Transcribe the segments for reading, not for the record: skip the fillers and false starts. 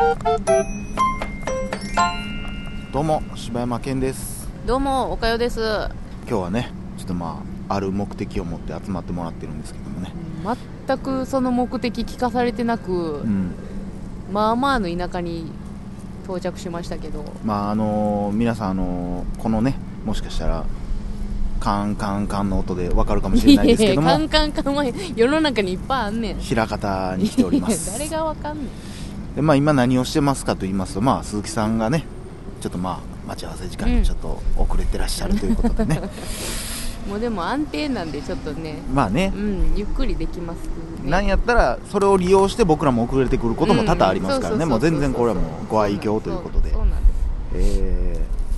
どうも柴山健です。 どうもおかよです。 今日はねちょっとある目的を持って集まってもらってるんですけどもね、 全くその目的聞かされてなく、まあまあの田舎に到着しましたけど、 皆さんこのねもしかしたらカンカンカンの音で分かるかもしれないですけども、 カンカンカンは世の中にいっぱいあんねん。 枚方に来ております誰がわかんねん。 で、今何をしてますかと言いますと、鈴木さんがねちょっと待ち合わせ時間にちょっと遅れてらっしゃるということでね、 もうでも安定なんでちょっとねゆっくりできますね。 なんやったらそれを利用して僕らも遅れてくることも多々ありますからね、もう全然これはもうご愛嬌ということで、 そうなんです。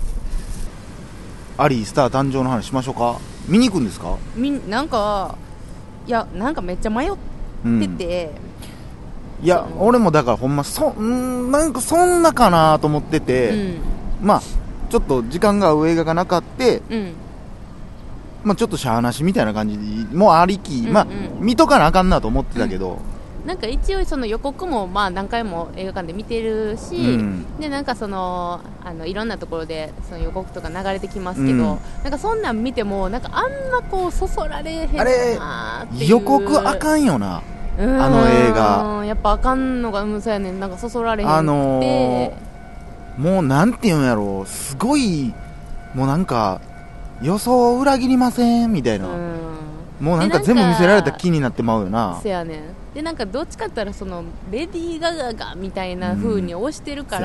アリースター誕生の話しましょうか。見に行くんですか？ なんかめっちゃ迷ってて、 いや俺もだからほんまなんかそんなかなと思ってて、ちょっと時間が合う映画がなかって、ちょっとしゃーなしみたいな感じもありき、見とかなあかんなと思ってたけど、 なんか一応その予告も何回も映画館で見てるし、でなんかいろんなところでその予告とか流れてきますけど、なんかそんなん見てもなんかあんまこうそそられへんなっていう。 予告あかんよな、あの映画。 やっぱあかんのがそうやねん。なんかそそられへんくて、 もうなんていうんやろう、すごいもうなんか予想を裏切りませんみたいな、もうなんか全部見せられた気になってまうよな。 せやねん。でなんかどっちかって言ったらそのレディー・ガガがみたいな風に推してるから、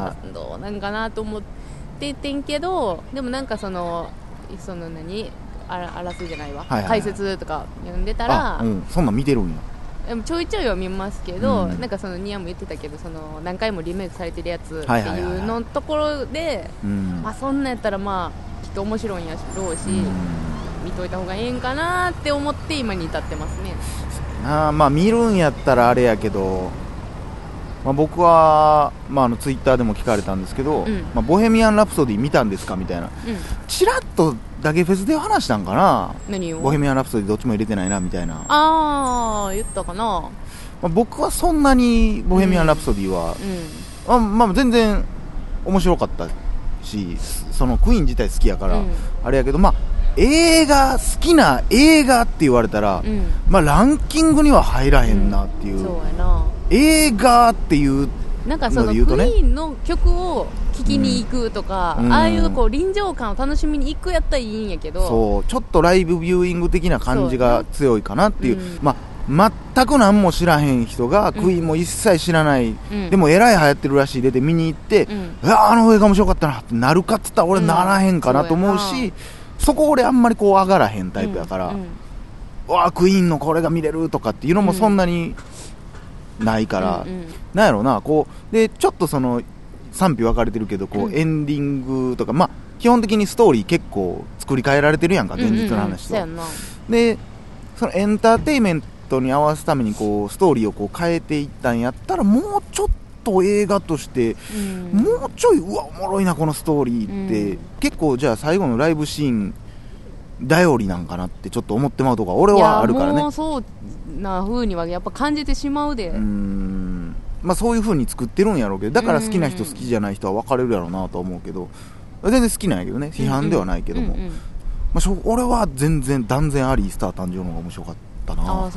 どうなんかなと思っててんけど、でもなんかそのあらすじじゃないわ、解説とか読んでたら、 そんなん見てるんや。 でもちょいちょいは見ますけど、なんかそのニアも言ってたけど、その何回もリメイクされてるやつっていうのところで、そんなんやったらきっと面白いんやろうし、見といた方がいいんかなって思って今に至ってますね。 見るんやったらあれやけど、僕は、ツイッターでも聞かれたんですけど、ボヘミアン・ラプソディ見たんですかみたいな、チラッとだけフェスで話したんかな。 何を？ ボヘミアン・ラプソディどっちも入れてないなみたいな。 言ったかな。 僕はそんなにボヘミアン・ラプソディは、全然面白かったし、そのクイーン自体好きやから、あれやけど、映画好きな映画って言われたら、ランキングには入らへんなっていう、 そうやな。 映画っていうなんかそのクイーンの曲を聴きに行くとか、ああいうこう臨場感を楽しみに行くやったらいいんやけど、 そうちょっとライブビューイング的な感じが強いかなっていう、全く何も知らへん人がクイーンも一切知らない、でもえらい流行ってるらしいで見に行って、あの映画面白かったなってなるかって言ったら俺ならへんかなと思うし、そこ俺あんまりこう上がらへんタイプやから、クイーンのこれが見れるとかっていうのもそんなにないから、なんやろうな、こうでちょっとその賛否分かれてるけど、こうエンディングとか、基本的にストーリー結構作り変えられてるやんか、現実の話と、でそのエンターテインメントに合わすためにこうストーリーをこう変えていったんやったら、もうちょっと映画として、もうちょいおもろいなこのストーリーって、結構じゃあ最後のライブシーン頼りなんかなってちょっと思ってまうとか俺はあるからね。 もうそうな風にはやっぱ感じてしまうで、 そういう風に作ってるんやろうけど、だから好きな人好きじゃない人は分かれるやろうなと思うけど、全然好きなんやけどね、批判ではないけども、俺は断然アリースター誕生の方が面白かったな。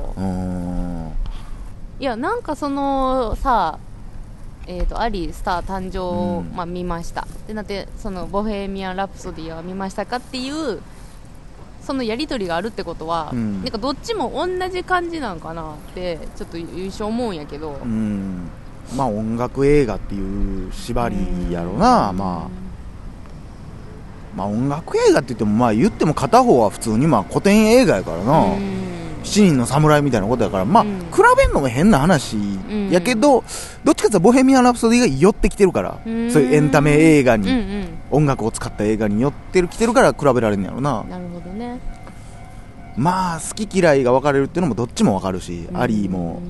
いやなんかそのさ、アリースター誕生、見ましたでなって、そのボヘミアン・ラプソディは見ましたかっていうそのやり取りがあるってことは、なんかどっちも同じ感じなんかなってちょっと優勝思うんやけど、 音楽映画っていう縛りやろな。音楽映画って言っても言っても片方は普通に古典映画やからな、七人の侍みたいなことやから、比べんのも変な話やけど、どっちかっていうとボヘミアン・ラプソディが寄ってきてるから、そういうエンタメ映画に、音楽を使った映画に寄ってきてるから比べられるんやろな。 なるほどね。 好き嫌いが分かれるっていうのもどっちも分かるし、アリーも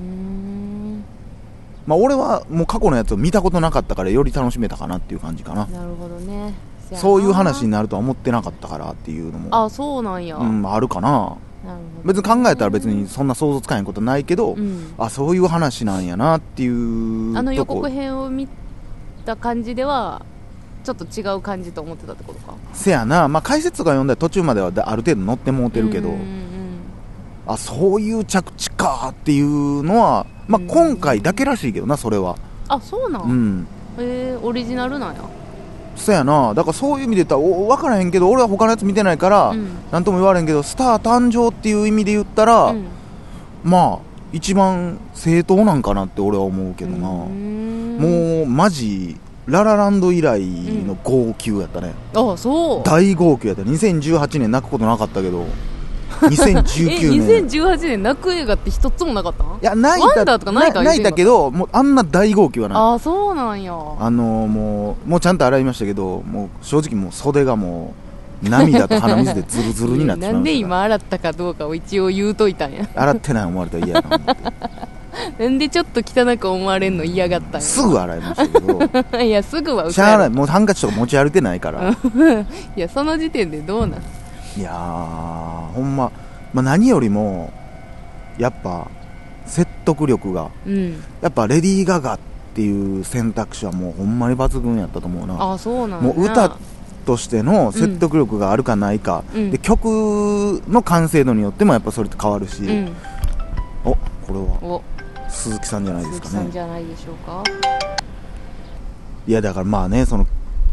俺はもう過去のやつを見たことなかったからより楽しめたかなっていう感じかな。 なるほどね。 そういう話になるとは思ってなかったからっていうのもそうなんや、 あるかな。 なるほど。 別に考えたら別にそんな想像つかへんことないけど、あ、そういう話なんやなっていうあの予告編を見た感じではちょっと違う感じと思ってたってことか。 せやな、まあ、解説とか読んだら途中まではある程度載ってもうてるけど、あ、そういう着地かっていうのは、まあ、今回だけらしいけどな、それは。 あ、そうなん。オリジナルなんや。 そやな、だからそういう意味で言ったら分からへんけど、俺は他のやつ見てないから何とも言われんけど、スター誕生っていう意味で言ったら、まあ一番正当なんかなって俺は思うけどな。もうマジララランド以来の号泣やったね。 あ、そう。 大号泣やった。2018年泣くことなかったけど2019年 2018年泣く映画って一つもなかったん？いや、泣いた、 ワンダーとか泣いた泣いたけど、もうあんな大号泣はない。 あ、そうなんや。 もうちゃんと洗いましたけど、もう正直もう袖がもう涙と鼻水でズルズルになってしまいました。 なんで今洗ったかどうかを一応言うといたんや。 洗ってない思われたら嫌やな思ってなんでちょっと汚く思われんの嫌がったんや。 すぐ洗いましたけどいや、すぐはしゃあない、もうハンカチとか持ち歩いてないからいや、その時点でどうなん？ いやー、ほんま、まあ、何よりもやっぱ説得力が、やっぱレディー・ガガっていう選択肢はもうほんまに抜群やったと思うな。 あ、そうなんもう歌としての説得力があるかないか、で曲の完成度によってもやっぱそれって変わるし、お、これは鈴木さんじゃないですかね。 鈴木さんじゃないでしょうか。 いや、だからまあね、その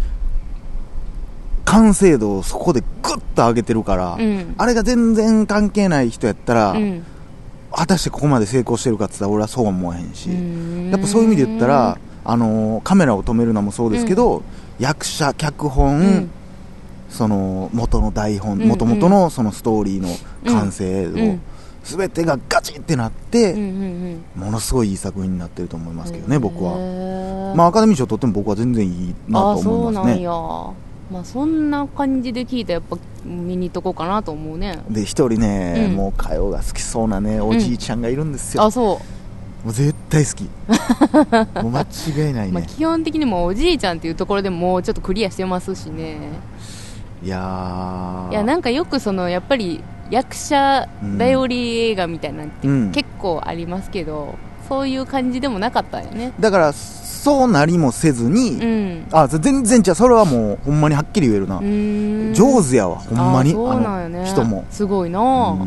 完成度をそこでグッと上げてるから、あれが全然関係ない人やったら、果たしてここまで成功してるかって言ったら俺はそうは思わへんし、やっぱそういう意味で言ったら、カメラを止めるのもそうですけど、役者、脚本、その元の台本、元々のそのストーリーの完成度、全てがガチってなって、ものすごいいい作品になってると思いますけどね、僕は。まあアカデミー賞取っても僕は全然いいなと思いますね。 そうなんや。まあそんな感じで聞いたらやっぱ見に行っとこうかなと思うね。 で一人ね、もう歌謡が好きそうなね、おじいちゃんがいるんですよ。 あ、そう。 もう絶対好きもう間違いないね。 まあ基本的にもおじいちゃんっていうところでもうちょっとクリアしてますしね。 いやなんかよくそのやっぱり役者頼り映画みたいなんて結構ありますけど、そういう感じでもなかったよね。 だからそうなりもせずに、あ、全然違う。それはもうほんまにはっきり言えるな。上手やわ、ほんまに。 そうなんよね、 人もすごいな。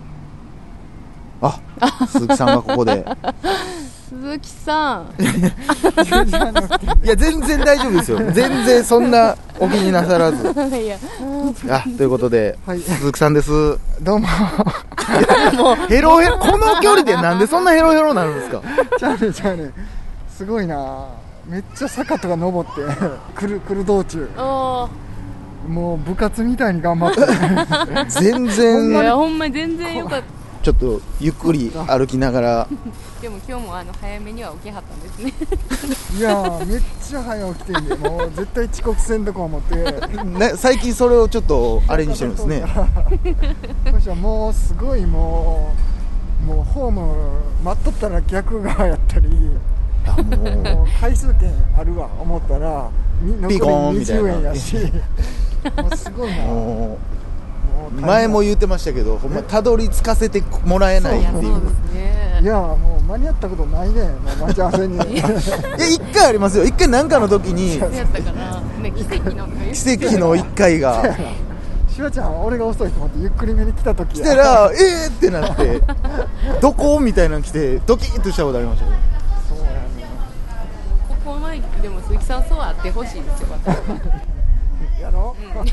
あ、鈴木さんがここで鈴木さんいや全然大丈夫ですよ。全然そんなお気になさらずいやということで、鈴木さんです。 どうももうヘロヘロ、この距離でなんでそんなヘロヘロになるんですか？ ちゃうねすごいな。めっちゃ坂とか登って来る道中、もう部活みたいに頑張って全然、 いやほんまに全然よかった。 ちょっとゆっくり歩きながらでも今日も早めには起きはったんですねいやめっちゃ早起きてんで、もう絶対遅刻せんとこ思ってね、最近それをちょっとあれにしてるんですねそしたらもうすごいもうホーム待っとったら逆側やったり、もう回数券あるわ思ったらピコーンみたいな 20円やしもうすごいな。 前も言ってましたけど、ほんまたどり着かせてもらえないっていう。 そうですね。 いやもう間に合ったことないね、もう待ち合わせにいや一回ありますよ。一回なんかの時にやったから、ね、奇跡の一回がシュワちゃん俺が遅いと思ってゆっくりめに来た時来たらってなってどこみたいなの来てドキッとしたことありましたね。 そうやね。 ここまででも鈴木さんそうあってほしいですよやろ、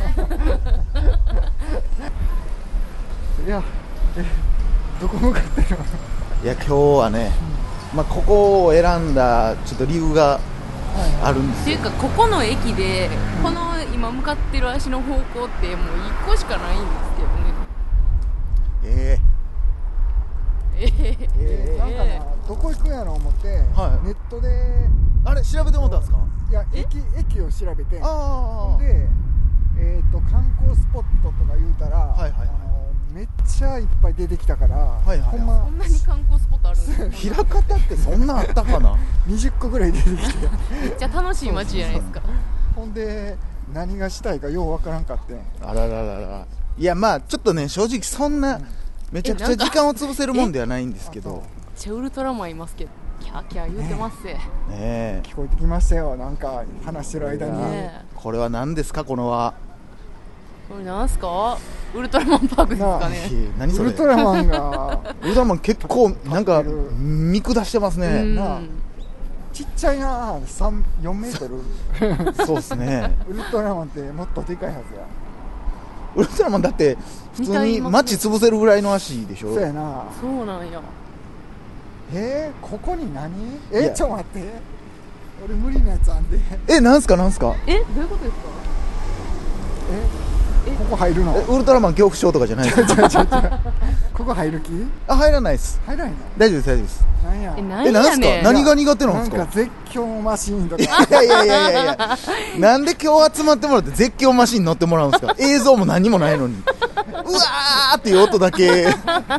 いやどこ向かってるの？ いや今日はね、まあ、ここを選んだちょっと理由があるんですよ。 っていうかここの駅で、この今向かってる足の方向ってもう1個しかないんですけどね。 なんかな、どこ行くんやろ思って、ネットであれ調べてもらったんですか？ いや駅を調べて、で、観光スポットとか言うたら、めっちゃいっぱい出てきたから、ほんまこんなに観光スポットあるんですか？ 枚方ってそんなあったかな 20個ぐらい出てきてめっちゃ楽しい街じゃないですか。 ほんで何がしたいかようわからんかって。 あらららら。いやまあちょっとね正直そんなめちゃくちゃ時間を潰せるもんではないんですけど、 めっちゃウルトラマンいますけど、キャーキャー言うてますぜ、 ね聞こえてきましたよ、なんか話してる間に、 これは何ですか、この輪。 これなんすか、ウルトラマンパークですかね。 何それ。 ウルトラマンがウルトラマン結構なんか見下してますね。 なあちっちゃいな、4メートルそうですね。 ウルトラマンってもっとでかいはずや。 ウルトラマンだって普通に街潰せるぐらいの足でしょ。 そうやな。 そうなんや。 ここに何？ちょっと待って、俺無理なやつあんで。 なんすかなんすか。 どういうことですか。 ここ入るの？ ウルトラマン恐怖症とかじゃないですか。 ここ入る気？ 入らないです。 入らないの？ 大丈夫です大丈夫です。 なんや？ なんすか。何が苦手なんですか。 なんか絶叫マシーンとか。 いやなんで今日集まってもらって絶叫マシン乗ってもらうんですか。映像も何もないのにうわーっていう音だけ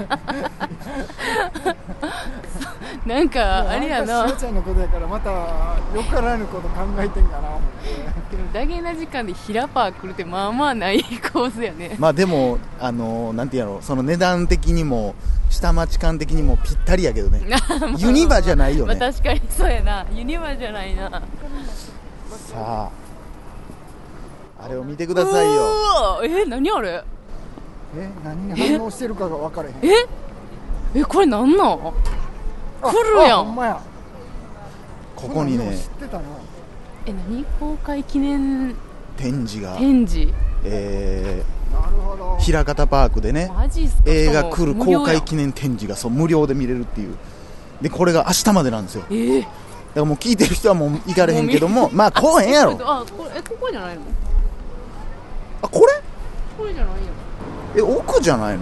なんかあれやな、 しおちゃんのことやからまたよからぬこと考えてんかな思って。 でもダゲな時間でヒラパー来るってまあまあない構図やね。 まあでもなんていうの、その値段的にも下町感的にもぴったりやけどねユニバじゃないよね。 まあ確かにそうやな、ユニバじゃないな。 さああれを見てくださいよ。 何あれ。 何に反応してるかが分かれへん。 これなんなん来るやん。 ほんまや。 ここにね知ってたな。 何公開記念展示が展示。 なるほど。 枚方パークでね、 マジっすか。 映画来る公開記念展示がそう無料で見れるっていう。でこれが明日までなんですよ。だからもう聞いてる人はもう行かれへんけどもまあ来おへんやろ。 ここじゃないの。 これこれじゃないよ。 奥じゃないの。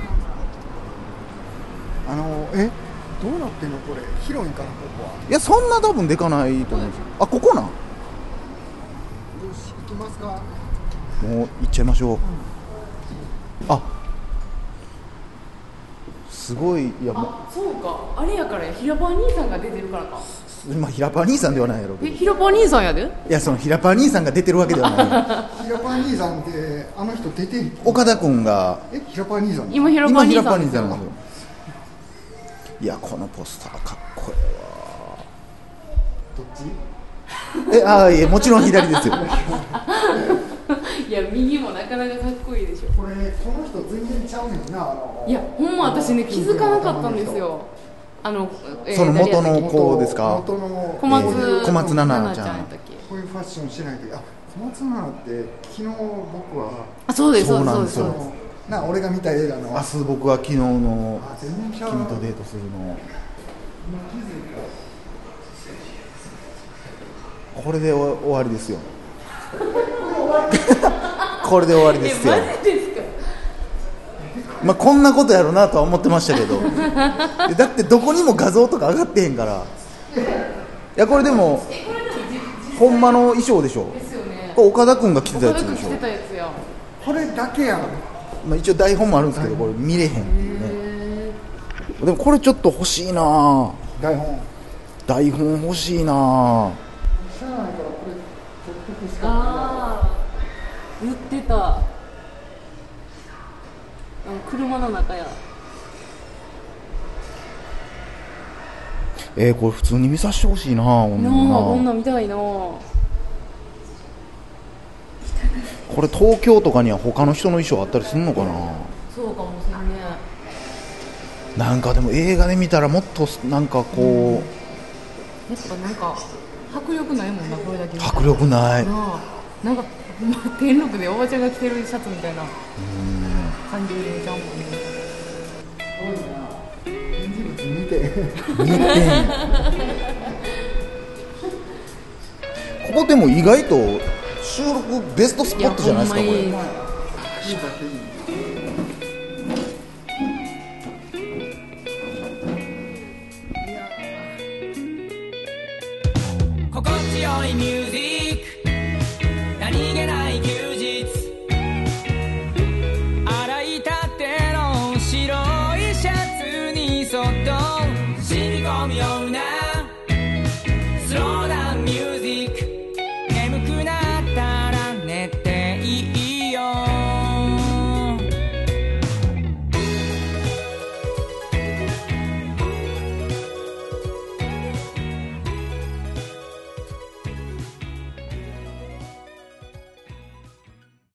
どうなってんのこれ。広いんかなここは。 いやそんな多分でかないと思うんですよ。ここなん。 よし行きますか。 もう行っちゃいましょう。すごい。いやもうそうか、あれやから、平場兄さんが出てるからか。 今平パー兄さんではないやろうけど。 平場兄さんやで。 いやその平パー兄さんが出てるわけではない平パー兄さんってあの人出てん。 岡田君が平パー兄さん。 今平場兄さんですよ。 なんですよ。いやこのポスターかっこえどっち？ いやもちろん左ですよいや右もなかなかかっこいいでしょ。 これこの人全然ちゃうねんな。 いやほんま私ね気づかなかったんですよ。 その元の子ですか。 元の小松菜奈ちゃん。 やったっけ。 こういうファッションしないと。小松菜奈って昨日僕はそうですそうなんですよ。 俺が見た映画の明日僕は昨日の全然ちゃう君とデートするの。これで終わりですよこれで終わりですよ。 マジですか。 まあこんなことやろうなとは思ってましたけどだってどこにも画像とか上がってへんから。いやこれでもほんまの衣装でしょ。 ですよね。 これ岡田君が着てたやつでしょ。 着てたやつや。 これだけやん。 まあ、一応台本もあるんですけどこれ見れへんっていうね。でもこれちょっと欲しいな。台本欲しいな。 知らないからこれ取ってくしか言ってた。車の中や。 これ普通に見させてほしいな。こんな見たいな。 これ東京とかには他の人の衣装あったりするのかな。 そうかもしれんね。 なんかでも映画で見たらもっとなんかこう、 やっぱなんか迫力ないもんなこれだけ。 迫力ない。 なんか天禄でおばちゃんが着てるシャツみたいな感じでちゃうもんね。 展示物見てここでも意外と収録ベストスポットじゃないですかこれ。 心地よいミュージック